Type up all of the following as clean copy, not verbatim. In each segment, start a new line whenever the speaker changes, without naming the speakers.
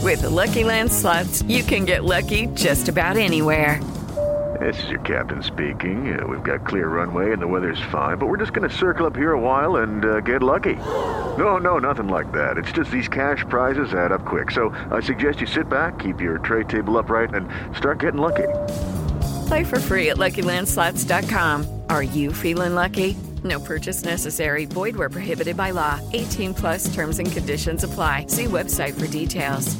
With the Lucky Land Slots, you can get lucky just about anywhere.
This is your captain speaking. We've got clear runway and the weather's fine, but we're just going to circle up here a while and get lucky. No, nothing like that. It's just these cash prizes add up quick. So I suggest you sit back, keep your tray table upright, and start getting lucky.
Play for free at LuckyLandSlots.com. Are you feeling lucky? No purchase necessary. Void where prohibited by law. 18 plus terms and conditions apply. See website for details.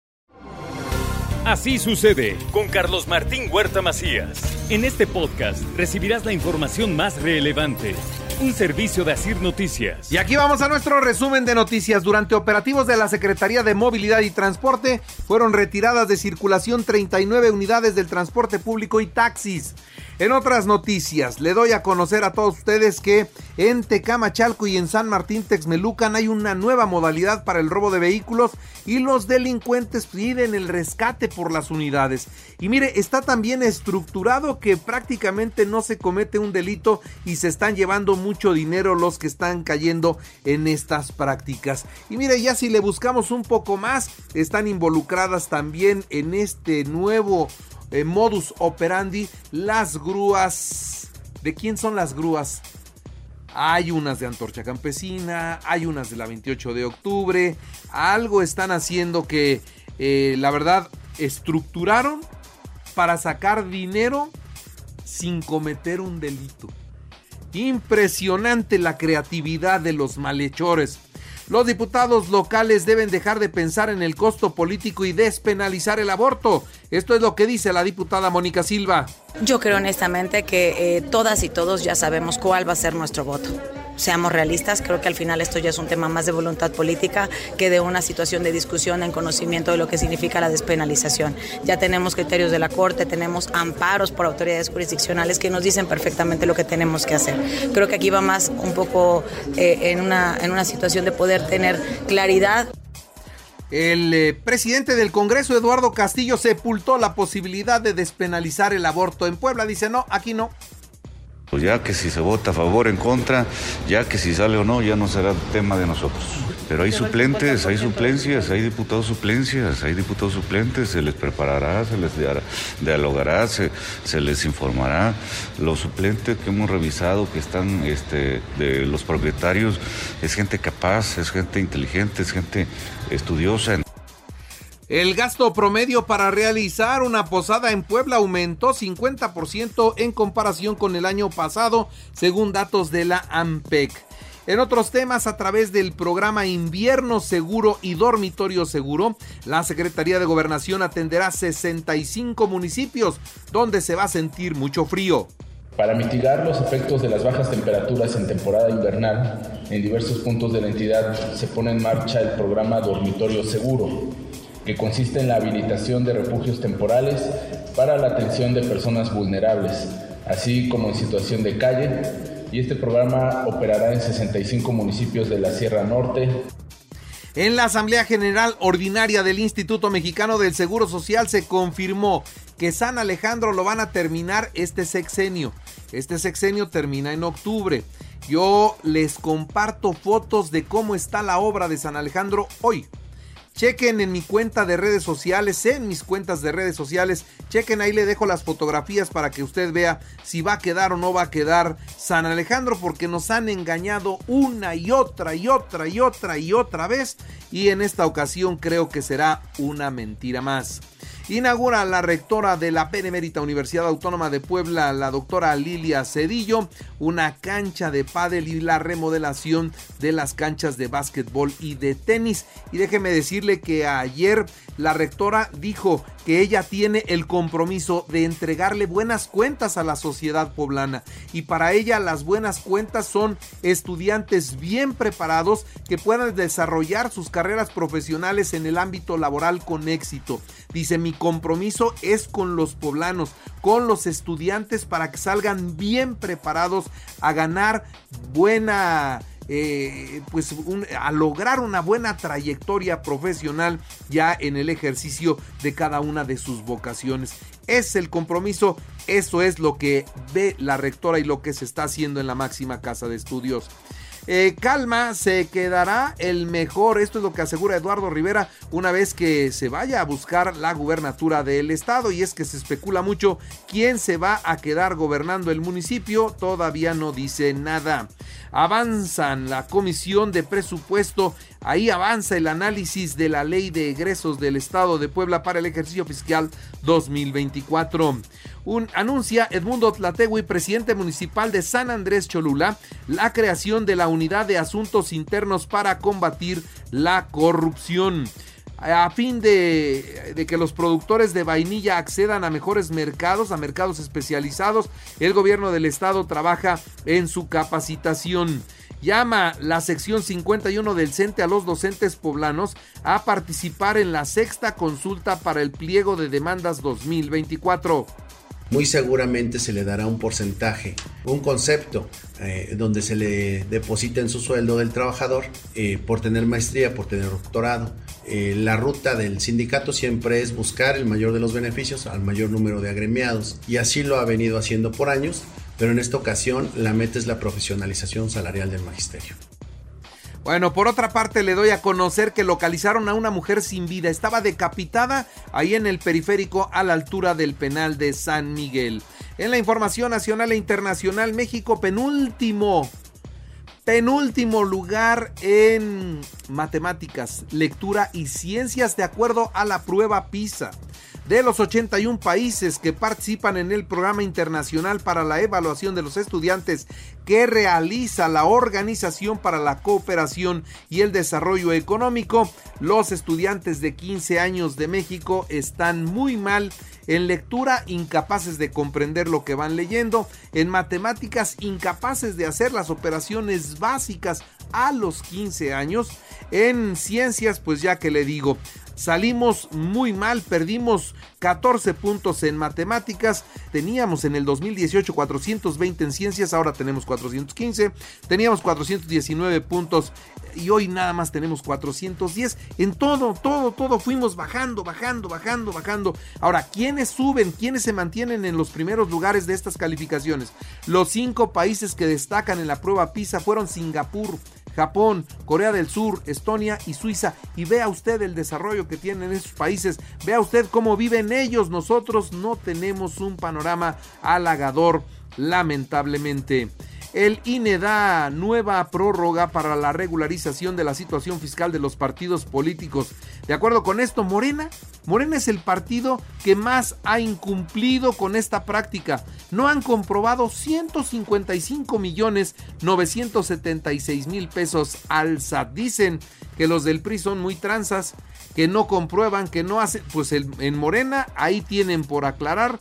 Así sucede con Carlos Martín Huerta Macías. En este podcast recibirás la información más relevante. Un servicio de Asir Noticias.
Y aquí vamos a nuestro resumen de noticias. Durante operativos de la Secretaría de Movilidad y Transporte, fueron retiradas de circulación 39 unidades del transporte público y taxis. En otras noticias, le doy a conocer a todos ustedes que en Tecamachalco y en San Martín Texmelucan hay una nueva modalidad para el robo de vehículos y los delincuentes piden el rescate por las unidades. Y mire, está tan bien estructurado que prácticamente no se comete un delito y se están llevando mucho dinero los que están cayendo en estas prácticas. Y mire, ya si le buscamos un poco más, están involucradas también en este nuevo modus operandi las grúas. ¿De quién son las grúas? Hay unas de Antorcha Campesina, hay unas de la 28 de octubre. Algo están haciendo que la verdad estructuraron para sacar dinero sin cometer un delito. Impresionante la creatividad de los malhechores. Los diputados locales deben dejar de pensar en el costo político y despenalizar el aborto. Esto es lo que dice la diputada Mónica Silva.
Yo creo honestamente que todas y todos ya sabemos cuál va a ser nuestro voto. Seamos realistas, creo que al final esto ya es un tema más de voluntad política que de una situación de discusión en conocimiento de lo que significa la despenalización. Ya tenemos criterios de la Corte, tenemos amparos por autoridades jurisdiccionales que nos dicen perfectamente lo que tenemos que hacer. Creo que aquí va más un poco en una situación de poder tener claridad.
El presidente del Congreso, Eduardo Castillo, sepultó la posibilidad de despenalizar el aborto en Puebla. Dice, no, aquí no.
Pues ya que si se vota a favor, en contra, ya que si sale o no, ya no será tema de nosotros. Pero hay suplentes, hay suplencias, hay diputados suplentes, se les preparará, se les dialogará, se les informará. Los suplentes que hemos revisado, que están de los propietarios, es gente capaz, es gente inteligente, es gente estudiosa.
El gasto promedio para realizar una posada en Puebla aumentó 50% en comparación con el año pasado, según datos de la AMPEC. En otros temas, a través del programa Invierno Seguro y Dormitorio Seguro, la Secretaría de Gobernación atenderá 65 municipios donde se va a sentir mucho frío.
Para mitigar los efectos de las bajas temperaturas en temporada invernal, en diversos puntos de la entidad se pone en marcha el programa Dormitorio Seguro, que consiste en la habilitación de refugios temporales para la atención de personas vulnerables, así como en situación de calle, y este programa operará en 65 municipios de la Sierra Norte.
En la Asamblea General Ordinaria del Instituto Mexicano del Seguro Social se confirmó que San Alejandro lo van a terminar este sexenio. Este sexenio termina en octubre. Yo les comparto fotos de cómo está la obra de San Alejandro hoy. Chequen en mi cuenta de redes sociales, en mis cuentas de redes sociales, chequen, ahí le dejo las fotografías para que usted vea si va a quedar o no va a quedar San Alejandro, porque nos han engañado una y otra vez, y en esta ocasión creo que será una mentira más. Inaugura la rectora de la Benemérita Universidad Autónoma de Puebla, la doctora Lilia Cedillo, una cancha de pádel y la remodelación de las canchas de básquetbol y de tenis. Y déjeme decirle que ayer la rectora dijo que ella tiene el compromiso de entregarle buenas cuentas a la sociedad poblana, y para ella las buenas cuentas son estudiantes bien preparados que puedan desarrollar sus carreras profesionales en el ámbito laboral con éxito. Dice, mi compromiso es con los poblanos, con los estudiantes, para que salgan bien preparados a ganar a lograr una buena trayectoria profesional ya en el ejercicio de cada una de sus vocaciones. Es el compromiso, eso es lo que ve la rectora y lo que se está haciendo en la máxima casa de estudios. Calma, se quedará el mejor. Esto es lo que asegura Eduardo Rivera una vez que se vaya a buscar la gubernatura del estado. Y es que se especula mucho quién se va a quedar gobernando el municipio. Todavía no dice nada. Avanzan la comisión de presupuesto. Ahí avanza el análisis de la ley de egresos del estado de Puebla para el ejercicio fiscal 2024. Anuncia Edmundo Tlategui, presidente municipal de San Andrés Cholula, la creación de la unidad de asuntos internos para combatir la corrupción. A fin de que los productores de vainilla accedan a mejores mercados, a mercados especializados, el gobierno del estado trabaja en su capacitación. Llama la sección 51 del CENTE a los docentes poblanos a participar en la 6ª consulta para el pliego de demandas 2024.
Muy seguramente se le dará un porcentaje, un concepto donde se le deposita en su sueldo del trabajador por tener maestría, por tener doctorado. La ruta del sindicato siempre es buscar el mayor de los beneficios al mayor número de agremiados, y así lo ha venido haciendo por años, pero en esta ocasión la meta es la profesionalización salarial del magisterio.
Bueno, por otra parte le doy a conocer que localizaron a una mujer sin vida. Estaba decapitada ahí en el periférico a la altura del penal de San Miguel. En la información nacional e internacional, México penúltimo lugar en matemáticas, lectura y ciencias de acuerdo a la prueba PISA. De los 81 países que participan en el programa internacional para la evaluación de los estudiantes que realiza la Organización para la Cooperación y el Desarrollo Económico, los estudiantes de 15 años de México están muy mal en lectura, incapaces de comprender lo que van leyendo, en matemáticas, incapaces de hacer las operaciones básicas a los 15 años, en ciencias, pues ya que le digo, salimos muy mal, perdimos 14 puntos en matemáticas, teníamos en el 2018 420 en ciencias, ahora tenemos 415, teníamos 419 puntos y hoy nada más tenemos 410, en todo fuimos bajando. Ahora, ¿quiénes suben? ¿Quiénes se mantienen en los primeros lugares de estas calificaciones? Los 5 países que destacan en la prueba PISA fueron Singapur, Japón, Corea del Sur, Estonia y Suiza. Y vea usted el desarrollo que tienen esos países, vea usted cómo viven ellos. Nosotros no tenemos un panorama halagador, lamentablemente. El INE da nueva prórroga para la regularización de la situación fiscal de los partidos políticos. De acuerdo con esto, Morena es el partido que más ha incumplido con esta práctica. No han comprobado 155,976,000 pesos al SAT. Dicen que los del PRI son muy tranzas, que no comprueban, que no hacen. Pues en Morena ahí tienen por aclarar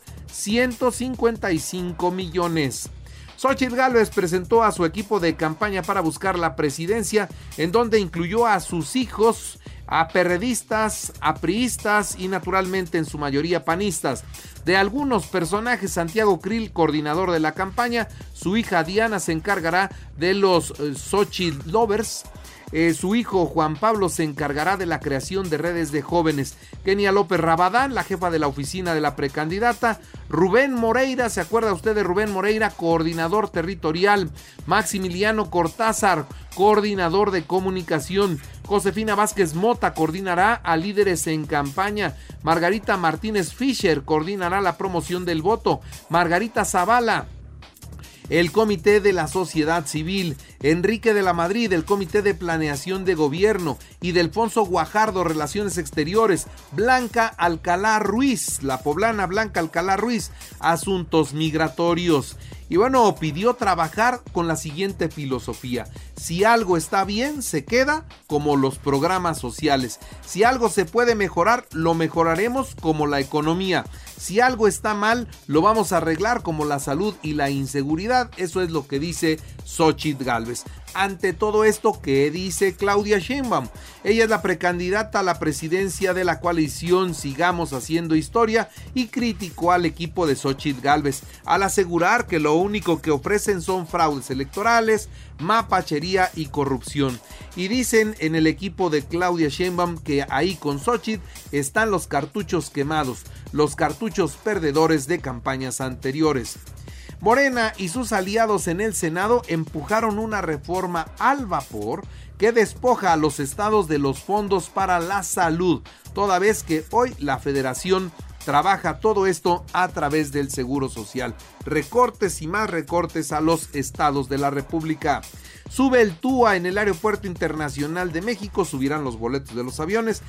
155 millones. Xóchitl Gálvez presentó a su equipo de campaña para buscar la presidencia, en donde incluyó a sus hijos, a perredistas, a priistas y naturalmente en su mayoría panistas. De algunos personajes, Santiago Krill, coordinador de la campaña, su hija Diana se encargará de los Xóchitl Lovers. Su hijo Juan Pablo se encargará de la creación de redes de jóvenes. Kenia López Rabadán, la jefa de la oficina de la precandidata. Rubén Moreira, ¿se acuerda usted de Rubén Moreira? Coordinador territorial. Maximiliano Cortázar, coordinador de comunicación. Josefina Vázquez Mota coordinará a líderes en campaña. Margarita Martínez Fischer coordinará la promoción del voto. Margarita Zavala, el Comité de la Sociedad Civil. Enrique de la Madrid, el Comité de Planeación de Gobierno. Y Delfonso Guajardo, Relaciones Exteriores. Blanca Alcalá Ruiz, la poblana Blanca Alcalá Ruiz, Asuntos Migratorios. Y bueno, pidió trabajar con la siguiente filosofía: si algo está bien, se queda, como los programas sociales. Si algo se puede mejorar, lo mejoraremos, como la economía. Si algo está mal, lo vamos a arreglar, como la salud y la inseguridad. Eso es lo que dice Xóchitl Gálvez. Ante todo esto, ¿qué dice Claudia Sheinbaum? Ella es la precandidata a la presidencia de la coalición Sigamos Haciendo Historia y criticó al equipo de Xóchitl Gálvez al asegurar que lo único que ofrecen son fraudes electorales, mapachería y corrupción. Y dicen en el equipo de Claudia Sheinbaum que ahí con Xóchitl están los cartuchos quemados, los cartuchos perdedores de campañas anteriores. Morena y sus aliados en el Senado empujaron una reforma al vapor que despoja a los estados de los fondos para la salud, toda vez que hoy la Federación trabaja todo esto a través del Seguro Social. Recortes y más recortes a los estados de la República. Sube el TUA en el Aeropuerto Internacional de México, subirán los boletos de los aviones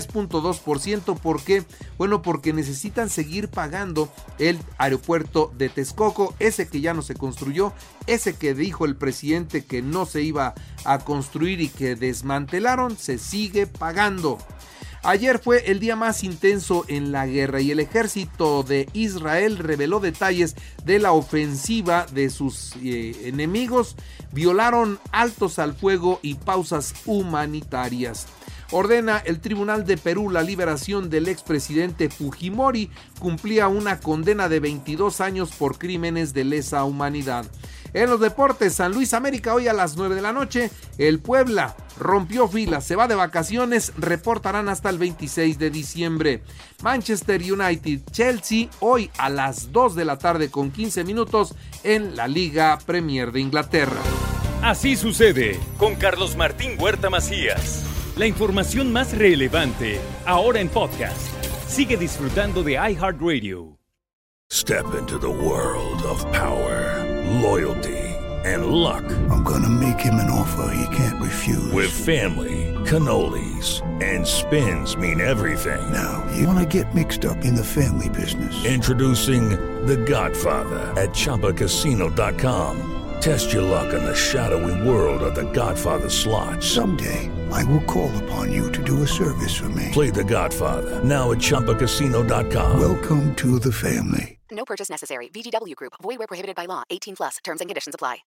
3.2%. ¿Por qué? Bueno, porque necesitan seguir pagando el aeropuerto de Texcoco, ese que ya no se construyó, ese que dijo el presidente que no se iba a construir y que desmantelaron, se sigue pagando. Ayer fue el día más intenso en la guerra y el ejército de Israel reveló detalles de la ofensiva de sus enemigos. Violaron altos al fuego y pausas humanitarias. Ordena el Tribunal de Perú la liberación del expresidente Fujimori. Cumplía una condena de 22 años por crímenes de lesa humanidad. En los deportes, San Luis América hoy a las 9 de la noche. El Puebla rompió filas, se va de vacaciones, reportarán hasta el 26 de diciembre. Manchester United, Chelsea hoy a las 2 de la tarde con 15 minutos en la Liga Premier de Inglaterra.
Así sucede con Carlos Martín Huerta Macías. La información más relevante ahora en podcast. Sigue disfrutando de iHeartRadio.
Step into the world of power, loyalty, and luck.
I'm gonna make him an offer he can't refuse.
With family, cannolis, and spins mean everything.
Now, you wanna get mixed up in the family business.
Introducing The Godfather at ChumbaCasino.com. Test your luck in the shadowy world of The Godfather slot.
Someday, I will call upon you to do a service for me.
Play The Godfather, now at ChumbaCasino.com.
Welcome to the family.
No purchase necessary. VGW Group. Void where prohibited by law. 18+. Terms and conditions apply.